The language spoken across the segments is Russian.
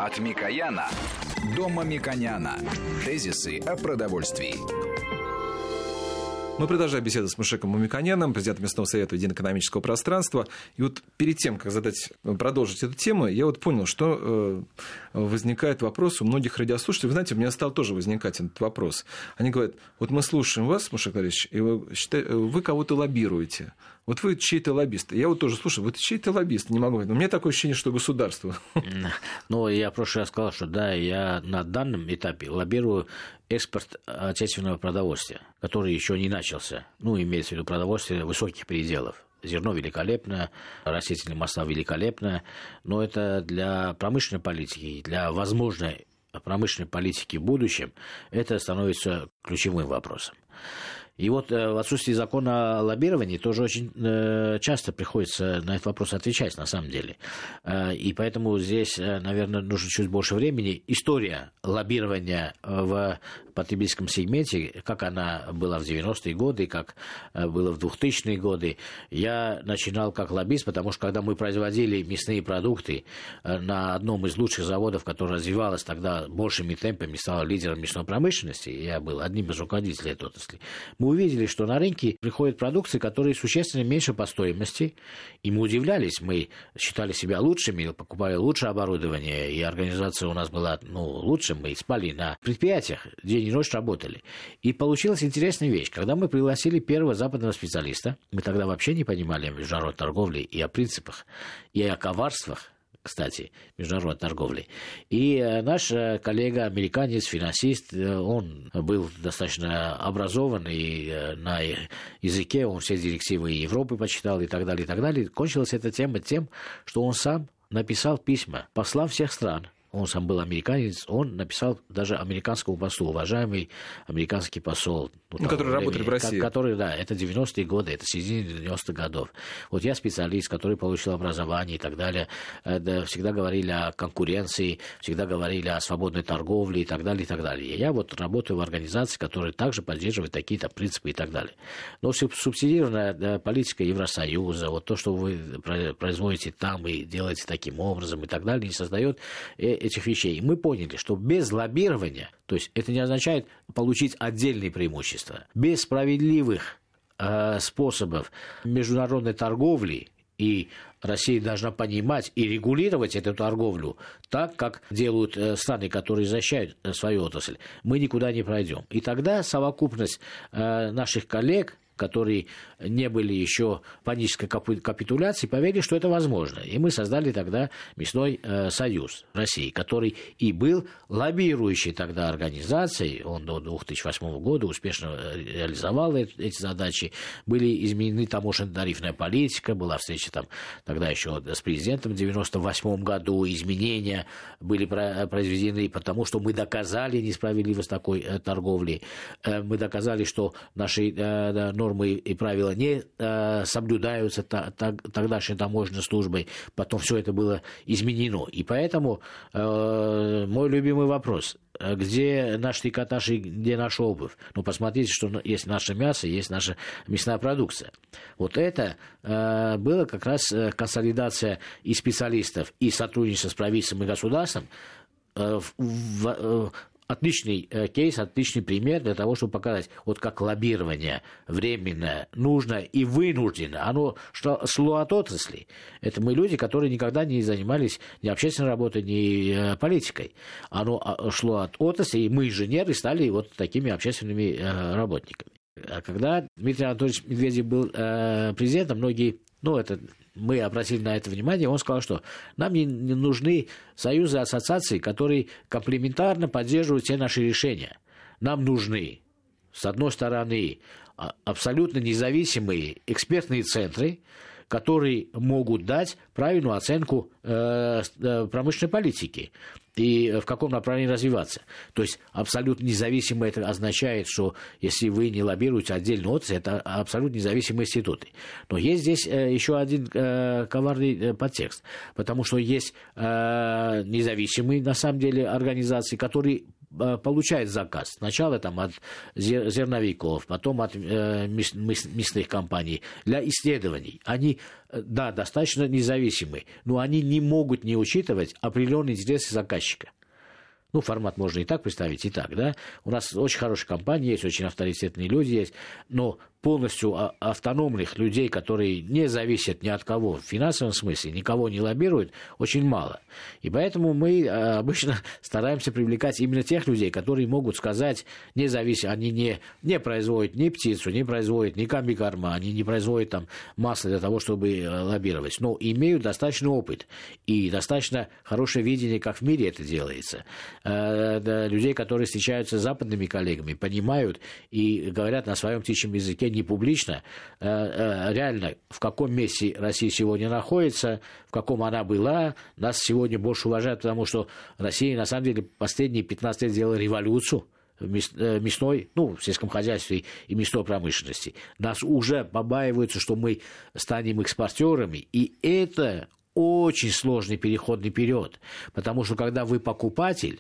От Микояна до Мамиконяна. Тезисы о продовольствии. Мы продолжаем беседу с Мушеком Мамиконяном, президентом местного совета Единоэкономического пространства. И вот перед тем, как продолжить эту тему, я вот понял, что возникает вопрос у многих радиослушателей. Вы знаете, у меня стал тоже возникать этот вопрос. Они говорят, вот мы слушаем вас, Мушек Валерьевич, и вы кого-то лоббируете. Вот вы чей-то лоббист. Я вот тоже слушаю, вы чей-то лоббист, не могу говорить. Но у меня такое ощущение, что государство. Ну, я в прошлый раз сказал, что да, я на данном этапе лоббирую экспорт отечественного продовольствия, который еще не начался. Ну, имеется в виду продовольствие высоких пределов. Зерно великолепно, растительные масла великолепно, но это для промышленной политики, для возможной промышленной политики в будущем, это становится ключевым вопросом. И вот в отсутствии закона о лоббировании тоже очень часто приходится на этот вопрос отвечать, на самом деле. И поэтому здесь, наверное, нужно чуть больше времени. История лоббирования в потребительском сегменте, как она была в 90-е годы, как было в 2000-е годы. Я начинал как лоббист, потому что когда мы производили мясные продукты на одном из лучших заводов, которое развивалось тогда большими темпами, стало лидером мясной промышленности, я был одним из руководителей этой отрасли, мы увидели, что на рынке приходят продукции, которые существенно меньше по стоимости, и мы удивлялись, мы считали себя лучшими, покупали лучшее оборудование, и организация у нас была лучше, мы спали на предприятиях, день и ночь работали. И получилась интересная вещь. Когда мы пригласили первого западного специалиста, мы тогда вообще не понимали о международной торговле и о принципах, и о коварствах, кстати, международной торговли. И наш коллега, американец, финансист, он был достаточно образован, и на языке он все директивы Европы почитал, и так далее, и так далее. Кончилась эта тема тем, что он сам написал письма послам всех стран. Он сам был американец, он написал даже американскому послу, уважаемый американский посол. Который работали в России. Который, да, это 90-е годы, это середина 90-х годов. Вот я специалист, который получил образование и так далее. Всегда говорили о конкуренции, всегда говорили о свободной торговле и так далее, и так далее. Я вот работаю в организации, которая также поддерживает такие-то принципы и так далее. Но субсидированная политика Евросоюза, вот то, что вы производите там и делаете таким образом и так далее, не создает этих вещей. И мы поняли, что без лоббирования, то есть это не означает получить отдельные преимущества, без справедливых способов международной торговли, и Россия должна понимать и регулировать эту торговлю так, как делают страны, которые защищают свою отрасль, мы никуда не пройдем. И тогда совокупность наших коллег, которые не были еще в панической капитуляции, поверили, что это возможно. И мы создали тогда Мясной союз России, который и был лоббирующей тогда организацией. Он до 2008 года успешно реализовал эти задачи. Были изменены таможенно-тарифная политика, была встреча там тогда еще с президентом в 1998 году. Изменения были произведены потому, что мы доказали несправедливость такой торговли. Мы доказали, что наши нормы и правила не соблюдаются тогдашней таможенной службой. Потом все это было изменено. И поэтому мой любимый вопрос: где наш трикотаж и где наша обувь? Ну, посмотрите, что есть наше мясо, есть наша мясная продукция. Вот это было как раз консолидация и специалистов, и сотрудничество с правительством и государством отличный кейс, отличный пример для того, чтобы показать, вот как лоббирование временное, нужно и вынуждено. Оно шло от отрасли. Это мы люди, которые никогда не занимались ни общественной работой, ни политикой. Оно шло от отрасли, и мы, инженеры, стали вот такими общественными работниками. А когда Дмитрий Анатольевич Медведев был президентом, многие... мы обратили на это внимание, он сказал, что нам не нужны союзы, ассоциации, которые комплементарно поддерживают все наши решения. Нам нужны, с одной стороны, абсолютно независимые экспертные центры, которые могут дать правильную оценку промышленной политики и в каком направлении развиваться. То есть абсолютно независимо это означает, что если вы не лоббируете отдельную отрасль, это абсолютно независимые институты. Но есть здесь еще один коварный подтекст, потому что есть независимые, на самом деле, организации, которые получает заказ. Сначала там от зерновиков, потом от мясных компаний для исследований. Они, да, достаточно независимы, но они не могут не учитывать определенные интересы заказчика. Ну, формат можно и так представить, и так, да. У нас очень хорошие компании есть, очень авторитетные люди есть, но полностью автономных людей, которые не зависят ни от кого в финансовом смысле, никого не лоббируют, очень мало. И поэтому мы обычно стараемся привлекать именно тех людей, которые могут сказать, независимо, они не производят ни птицу, не производят ни комбикорма, они не производят там масло для того, чтобы лоббировать, но имеют достаточный опыт и достаточно хорошее видение, как в мире это делается. Людей, которые встречаются с западными коллегами, понимают и говорят на своем птичьем языке не публично, реально, в каком месте Россия сегодня находится, в каком она была. Нас сегодня больше уважают, потому что Россия, на самом деле, последние 15 лет сделала революцию в мясной, в сельском хозяйстве и мясной промышленности. Нас уже побаиваются, что мы станем экспортерами, и это очень сложный переходный период, потому что когда вы покупатель,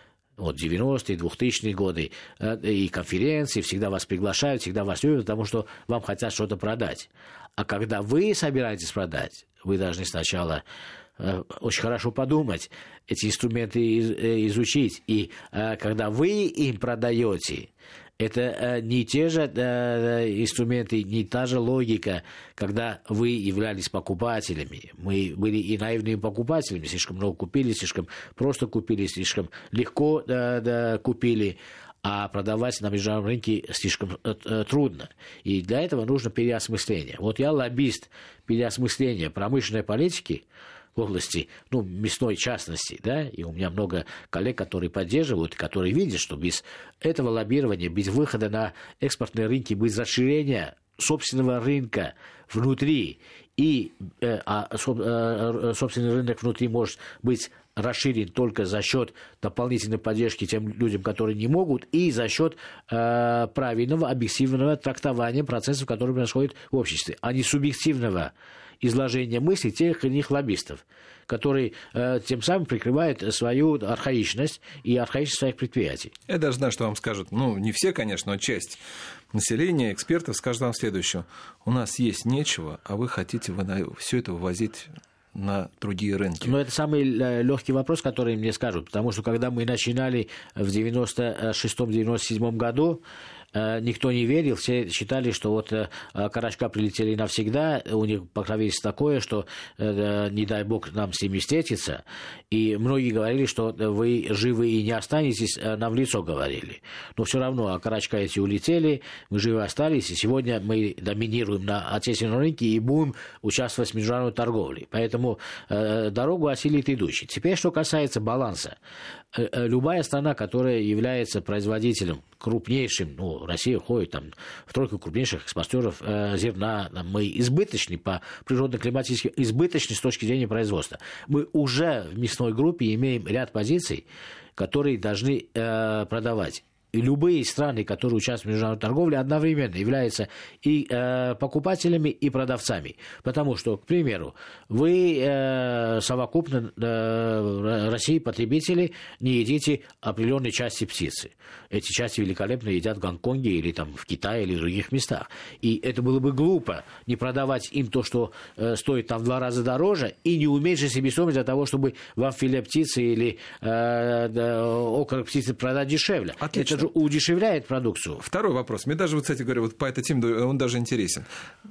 90-е, 2000-е годы, и конференции всегда вас приглашают, всегда вас любят, потому что вам хотят что-то продать. А когда вы собираетесь продать, вы должны сначала очень хорошо подумать, эти инструменты изучить. И когда вы им продаете, это не те же инструменты, не та же логика, когда вы являлись покупателями. Мы были и наивными покупателями, слишком много купили, слишком просто купили, слишком легко купили, а продавать на международном рынке слишком трудно. И для этого нужно переосмысление. Вот я лоббист переосмысления промышленной политики в области, мясной частности, да, и у меня много коллег, которые поддерживают, которые видят, что без этого лоббирования, без выхода на экспортные рынки, без расширения собственного рынка внутри, и собственный рынок внутри может быть расширен только за счет дополнительной поддержки тем людям, которые не могут, и за счет правильного, объективного трактования процессов, которые происходят в обществе, а не субъективного изложения мыслей тех или иных лоббистов, которые тем самым прикрывают свою архаичность и архаичность своих предприятий. Я даже знаю, что вам скажут. Не все, конечно, но часть населения, экспертов скажут вам следующее. У нас есть нечего, а вы хотите все это вывозить на другие рынки. Но это самый легкий вопрос, который мне скажут, потому что когда мы начинали в 96-97 году, никто не верил, все считали, что вот карачка прилетели навсегда, у них покровительство такое, что не дай бог нам с ними встретиться, и многие говорили, что вы живы и не останетесь, нам в лицо говорили. Но все равно карачка эти улетели, мы живы остались, и сегодня мы доминируем на отечественном рынке и будем участвовать в международной торговле. Поэтому дорогу осилит идущий. Теперь, что касается баланса. Любая страна, которая является производителем крупнейшим, Россия входит в тройку крупнейших экспортеров зерна, мы избыточны по природно-климатически, избыточны с точки зрения производства. Мы уже в мясной группе имеем ряд позиций, которые должны продавать. И любые страны, которые участвуют в международной торговле, одновременно являются и покупателями, и продавцами. Потому что, к примеру, вы совокупно России потребители не едите определенной части птицы. Эти части великолепно едят в Гонконге или в Китае или в других местах. И это было бы глупо не продавать им то, что стоит в 2 раза дороже, и не уменьшить себестоимость для того, чтобы вам филе птицы или окорок птицы продать дешевле. Отлично. Это же удешевляет продукцию. Второй вопрос. Мне даже, кстати говоря, по этой теме он даже интересен.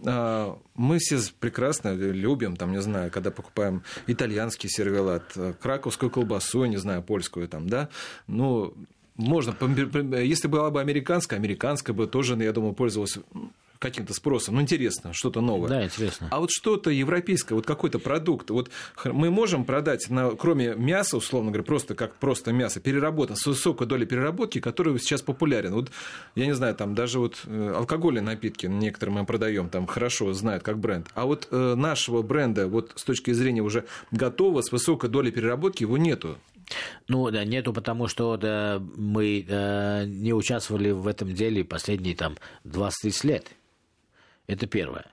Мы все прекрасно любим, когда покупаем итальянский сервелат, краковскую колбасу, не знаю, польскую да, можно, если была бы американская бы тоже, я думаю, пользовалась каким-то спросом. Интересно, что-то новое. Да, интересно. А вот что-то европейское, какой-то продукт, мы можем продать, кроме мяса, условно говоря, просто мясо, переработанное, с высокой долей переработки, который сейчас популярен. Я не знаю, даже алкогольные напитки некоторые мы продаем, хорошо знают как бренд. А нашего бренда, с точки зрения уже готового, с высокой долей переработки, его нету. Нету, потому что мы не участвовали в этом деле последние 20-30 лет. Это первое.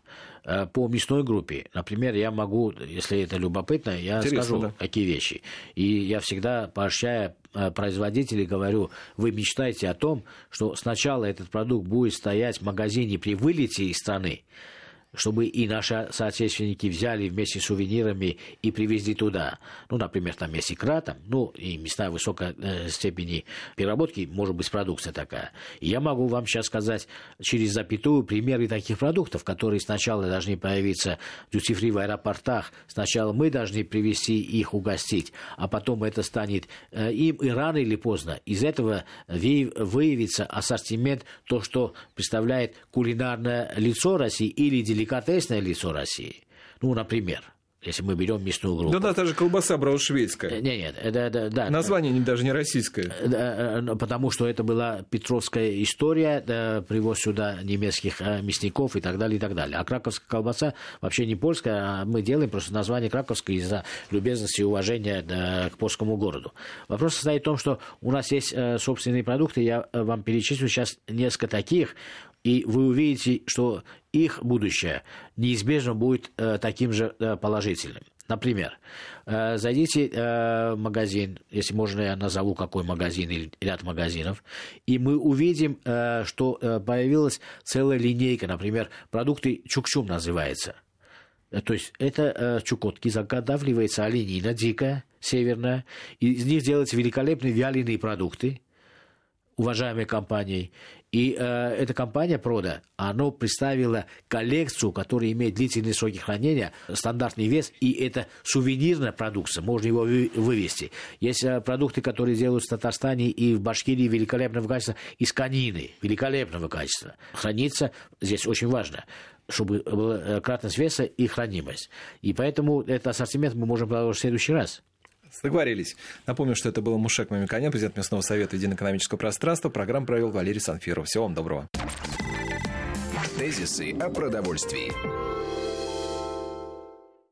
по мясной группе, например, я могу, если это любопытно, я скажу такие вещи. И я всегда, поощряя производителей, говорю, вы мечтаете о том, что сначала этот продукт будет стоять в магазине при вылете из страны, чтобы и наши соотечественники взяли вместе с сувенирами и привезли туда. Ну, например, там есть икра, там, ну, и места высокой степени переработки, может быть, продукция такая. И я могу вам сейчас сказать через запятую примеры таких продуктов, которые сначала должны появиться в дьюти-фри в аэропортах, сначала мы должны привезти их, угостить, а потом это станет им, и рано или поздно из этого выявится ассортимент, то, что представляет кулинарное лицо России или деликатесное лицо России. Ну, например, если мы берем мясную группу. Да, та же колбаса брауншвейгская. Нет, да. Название даже не российское. Потому что это была петровская история, привоз сюда немецких мясников и так далее, и так далее. А краковская колбаса вообще не польская, а мы делаем просто название краковское из-за любезности и уважения к польскому городу. Вопрос состоит в том, что у нас есть собственные продукты, я вам перечислю сейчас несколько таких, и вы увидите, что их будущее неизбежно будет таким же положительным. Например, зайдите в магазин, если можно, я назову какой магазин или ряд магазинов, и мы увидим, что появилась целая линейка, например, продукты чукчум называется. То есть это чукотки, заготавливается оленина дикая, северная, и из них делаются великолепные вяленые продукты, уважаемой компанией. И эта компания Прода, она представила коллекцию, которая имеет длительные сроки хранения, стандартный вес, и это сувенирная продукция, можно его вывести. Есть продукты, которые делают в Татарстане и в Башкирии великолепного качества, из конины, великолепного качества. Хранится здесь очень важно, чтобы была кратность веса и хранимость. И поэтому этот ассортимент мы можем продолжить в следующий раз. Договорились. Напомню, что это был Мушек Мамиканян, президент Местного совета Единого экономического пространства. Программу провел Валерий Санфиров. Всего вам доброго. Тезисы о продовольствии.